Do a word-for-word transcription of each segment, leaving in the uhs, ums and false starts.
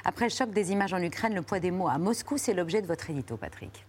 Après le choc des images en Ukraine, le poids des mots à Moscou, c'est l'objet de votre édito, Patrick.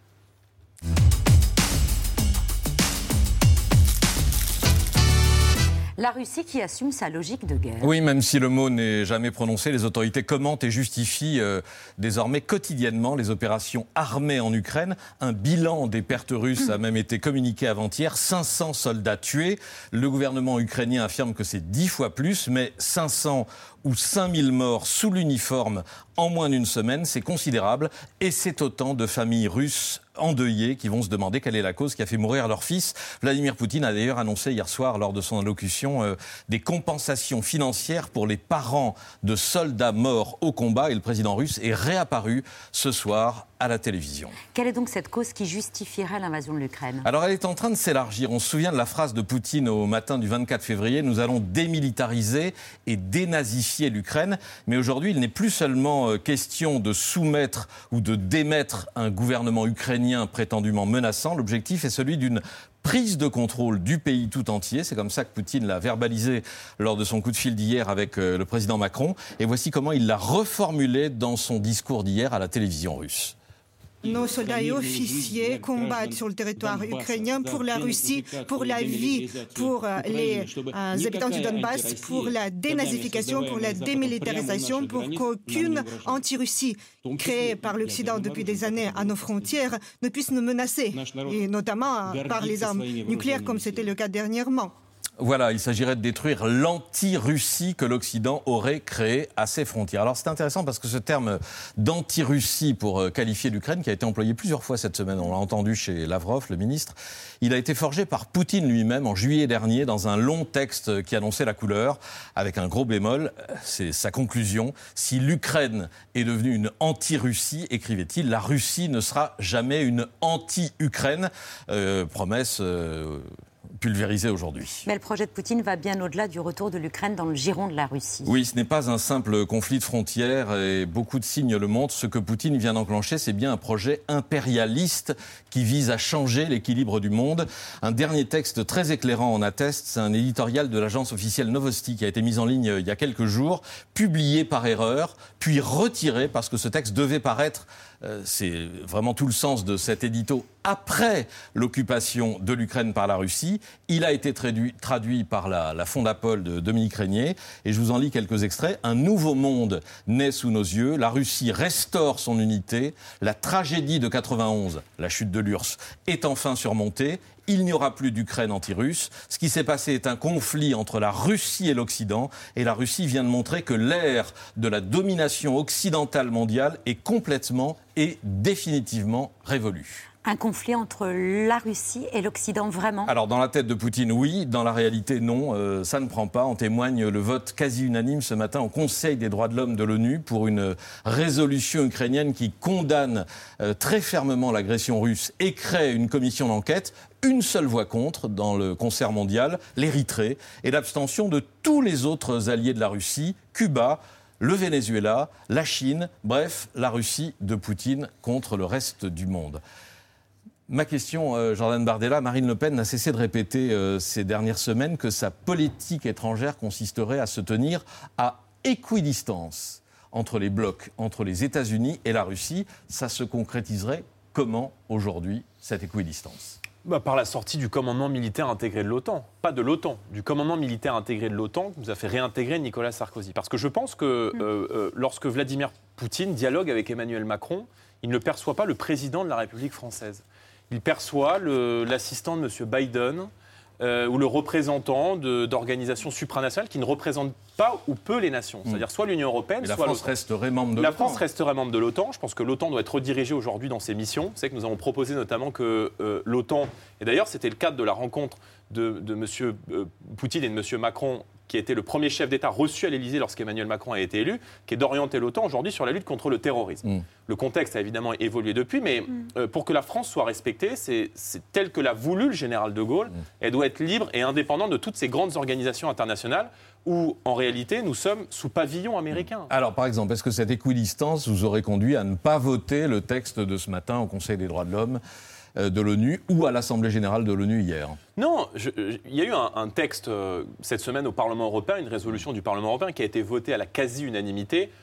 La Russie qui assume sa logique de guerre. Oui, même si le mot n'est jamais prononcé, les autorités commentent et justifient euh, désormais quotidiennement les opérations armées en Ukraine. Un bilan des pertes russes a même été communiqué avant-hier. cinq cents soldats tués. Le gouvernement ukrainien affirme que c'est dix fois plus, mais cinq cents ou cinq mille morts sous l'uniforme en moins d'une semaine, c'est considérable. Et c'est autant de familles russes endeuillés qui vont se demander quelle est la cause qui a fait mourir leur fils. Vladimir Poutine a d'ailleurs annoncé hier soir lors de son allocution euh, des compensations financières pour les parents de soldats morts au combat et le président russe est réapparu ce soir à la télévision. Quelle est donc cette cause qui justifierait l'invasion de l'Ukraine ? Alors elle est en train de s'élargir. On se souvient de la phrase de Poutine au matin du vingt-quatre février, nous allons démilitariser et dénazifier l'Ukraine. Mais aujourd'hui, il n'est plus seulement question de soumettre ou de démettre un gouvernement ukrainien prétendument menaçant. L'objectif est celui d'une prise de contrôle du pays tout entier. C'est comme ça que Poutine l'a verbalisé lors de son coup de fil d'hier avec le président Macron. Et voici comment il l'a reformulé dans son discours d'hier à la télévision russe. Nos soldats et officiers combattent sur le territoire ukrainien pour la Russie, pour la vie, pour les euh, habitants du Donbass, pour la dénazification, pour la démilitarisation, pour qu'aucune anti-Russie créée par l'Occident depuis des années à nos frontières ne puisse nous menacer, et notamment par les armes nucléaires comme c'était le cas dernièrement. Voilà, il s'agirait de détruire l'anti-Russie que l'Occident aurait créée à ses frontières. Alors c'est intéressant parce que ce terme d'anti-Russie pour qualifier l'Ukraine, qui a été employé plusieurs fois cette semaine, on l'a entendu chez Lavrov, le ministre, il a été forgé par Poutine lui-même en juillet dernier dans un long texte qui annonçait la couleur, avec un gros bémol, c'est sa conclusion. Si l'Ukraine est devenue une anti-Russie, écrivait-il, la Russie ne sera jamais une anti-Ukraine. Euh, promesse... Euh, pulvérisé aujourd'hui. Mais le projet de Poutine va bien au-delà du retour de l'Ukraine dans le giron de la Russie. Oui, ce n'est pas un simple conflit de frontières et beaucoup de signes le montrent. Ce que Poutine vient d'enclencher, c'est bien un projet impérialiste qui vise à changer l'équilibre du monde. Un dernier texte très éclairant en atteste, c'est un éditorial de l'agence officielle Novosti qui a été mis en ligne il y a quelques jours, publié par erreur, puis retiré parce que ce texte devait paraître, euh, c'est vraiment tout le sens de cet édito, après l'occupation de l'Ukraine par la Russie. Il a été traduit, traduit par la, la Fondapol de Dominique Régnier. Et je vous en lis quelques extraits. Un nouveau monde naît sous nos yeux. La Russie restaure son unité. La tragédie de quatre-vingt-onze, la chute de l'U R S S, est enfin surmontée. Il n'y aura plus d'Ukraine anti-russe. Ce qui s'est passé est un conflit entre la Russie et l'Occident. Et la Russie vient de montrer que l'ère de la domination occidentale mondiale est complètement et définitivement révolue. Un conflit entre la Russie et l'Occident, vraiment ? Alors, dans la tête de Poutine, oui. Dans la réalité, non. Euh, ça ne prend pas. En témoigne le vote quasi unanime ce matin au Conseil des droits de l'homme de l'ONU pour une résolution ukrainienne qui condamne euh, très fermement l'agression russe et crée une commission d'enquête. Une seule voix contre dans le concert mondial, l'Érythrée, et l'abstention de tous les autres alliés de la Russie, Cuba, le Venezuela, la Chine, bref, la Russie de Poutine contre le reste du monde. Ma question, euh, Jordan Bardella, Marine Le Pen n'a cessé de répéter euh, ces dernières semaines que sa politique étrangère consisterait à se tenir à équidistance entre les blocs, entre les États-Unis et la Russie. Ça se concrétiserait comment aujourd'hui, cette équidistance ? Bah, par la sortie du commandement militaire intégré de l'OTAN. Pas de l'OTAN, du commandement militaire intégré de l'OTAN que nous a fait réintégrer Nicolas Sarkozy. Parce que je pense que euh, euh, lorsque Vladimir Poutine dialogue avec Emmanuel Macron, il ne perçoit pas le président de la République française. Il perçoit le, l'assistant de M. Biden euh, ou le représentant de, d'organisations supranationales qui ne représentent pas ou peu les nations. C'est-à-dire soit l'Union européenne, Mais la soit France l'OTAN. resterait membre de la l'OTAN. France resterait membre de l'OTAN. Je pense que l'OTAN doit être redirigée aujourd'hui dans ses missions. Vous savez que nous avons proposé notamment que euh, l'OTAN, et d'ailleurs c'était le cadre de la rencontre de, de M. Euh, Poutine et de M. Macron, qui était le premier chef d'État reçu à l'Élysée lorsqu'Emmanuel Macron a été élu, qui est d'orienter l'OTAN aujourd'hui sur la lutte contre le terrorisme. Mmh. Le contexte a évidemment évolué depuis, mais mmh. euh, pour que la France soit respectée, c'est, c'est tel que l'a voulu le général de Gaulle. Mmh. Elle doit être libre et indépendante de toutes ces grandes organisations internationales où, en réalité, nous sommes sous pavillon américain. Alors, par exemple, est-ce que cette équidistance vous aurait conduit à ne pas voter le texte de ce matin au Conseil des droits de l'homme de l'ONU ou à l'Assemblée générale de l'ONU hier? Non, je, je, il y a eu un, un texte euh, cette semaine au Parlement européen, une résolution du Parlement européen qui a été votée à la quasi-unanimité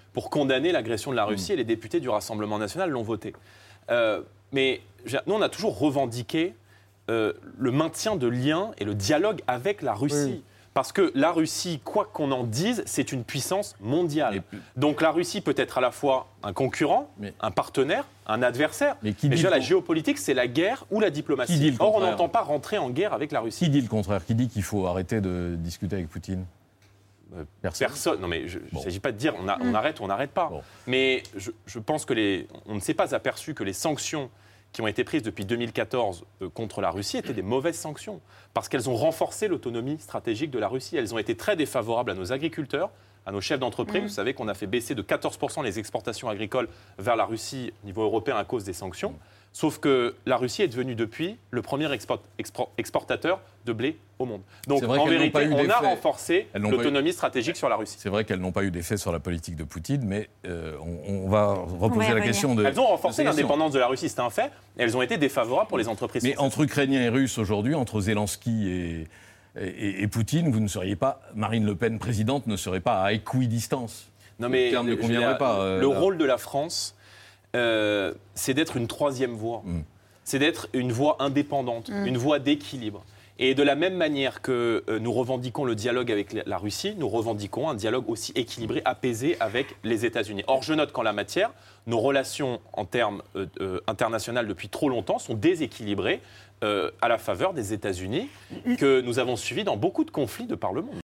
pour condamner l'agression de la Russie, mmh. et les députés du Rassemblement national l'ont voté. Euh, mais nous, on a toujours revendiqué euh, le maintien de liens et le dialogue avec la Russie. Oui. Parce que la Russie, quoi qu'on en dise, c'est une puissance mondiale. Puis, donc la Russie peut être à la fois un concurrent, mais, un partenaire, un adversaire. Mais, qui mais dit déjà, la géopolitique, c'est la guerre ou la diplomatie. Or, on n'entend pas rentrer en guerre avec la Russie. Qui dit le contraire? Qui dit qu'il faut arrêter de discuter avec Poutine? Personne. Personne. Non, mais il bon. ne s'agit pas de dire on, a, on arrête ou on n'arrête pas. Bon. Mais je, je pense que les, on ne s'est pas aperçu que les sanctions qui ont été prises depuis deux mille quatorze euh, contre la Russie étaient des mauvaises sanctions, parce qu'elles ont renforcé l'autonomie stratégique de la Russie. Elles ont été très défavorables à nos agriculteurs, à nos chefs d'entreprise. Mmh. Vous savez qu'on a fait baisser de quatorze pour cent les exportations agricoles vers la Russie au niveau européen à cause des sanctions. Mmh. Sauf que la Russie est devenue depuis le premier export, export, exportateur de blé au monde. Donc en vérité, on a renforcé l'autonomie stratégique sur la Russie. C'est vrai qu'elles n'ont pas eu d'effet sur la politique de Poutine, mais euh, on, on va reposer ouais, la question de... Elles ont renforcé l'indépendance de la Russie, c'est un fait, et elles ont été défavorables pour les entreprises mais françaises. Entre Ukrainiens et Russes aujourd'hui, entre Zelensky et, et, et Poutine, vous ne seriez pas... Marine Le Pen, présidente, ne serait pas à équidistance. Non mais le terme ne conviendrait pas. Euh, le rôle de la France... Euh, c'est d'être une troisième voie. Mmh. C'est d'être une voie indépendante, mmh. une voie d'équilibre. Et de la même manière que euh, nous revendiquons le dialogue avec la, la Russie, nous revendiquons un dialogue aussi équilibré, apaisé avec les États-Unis. Or, je note qu'en la matière, nos relations en termes euh, euh, internationaux depuis trop longtemps sont déséquilibrées euh, à la faveur des États-Unis, que nous avons suivis dans beaucoup de conflits de par le monde.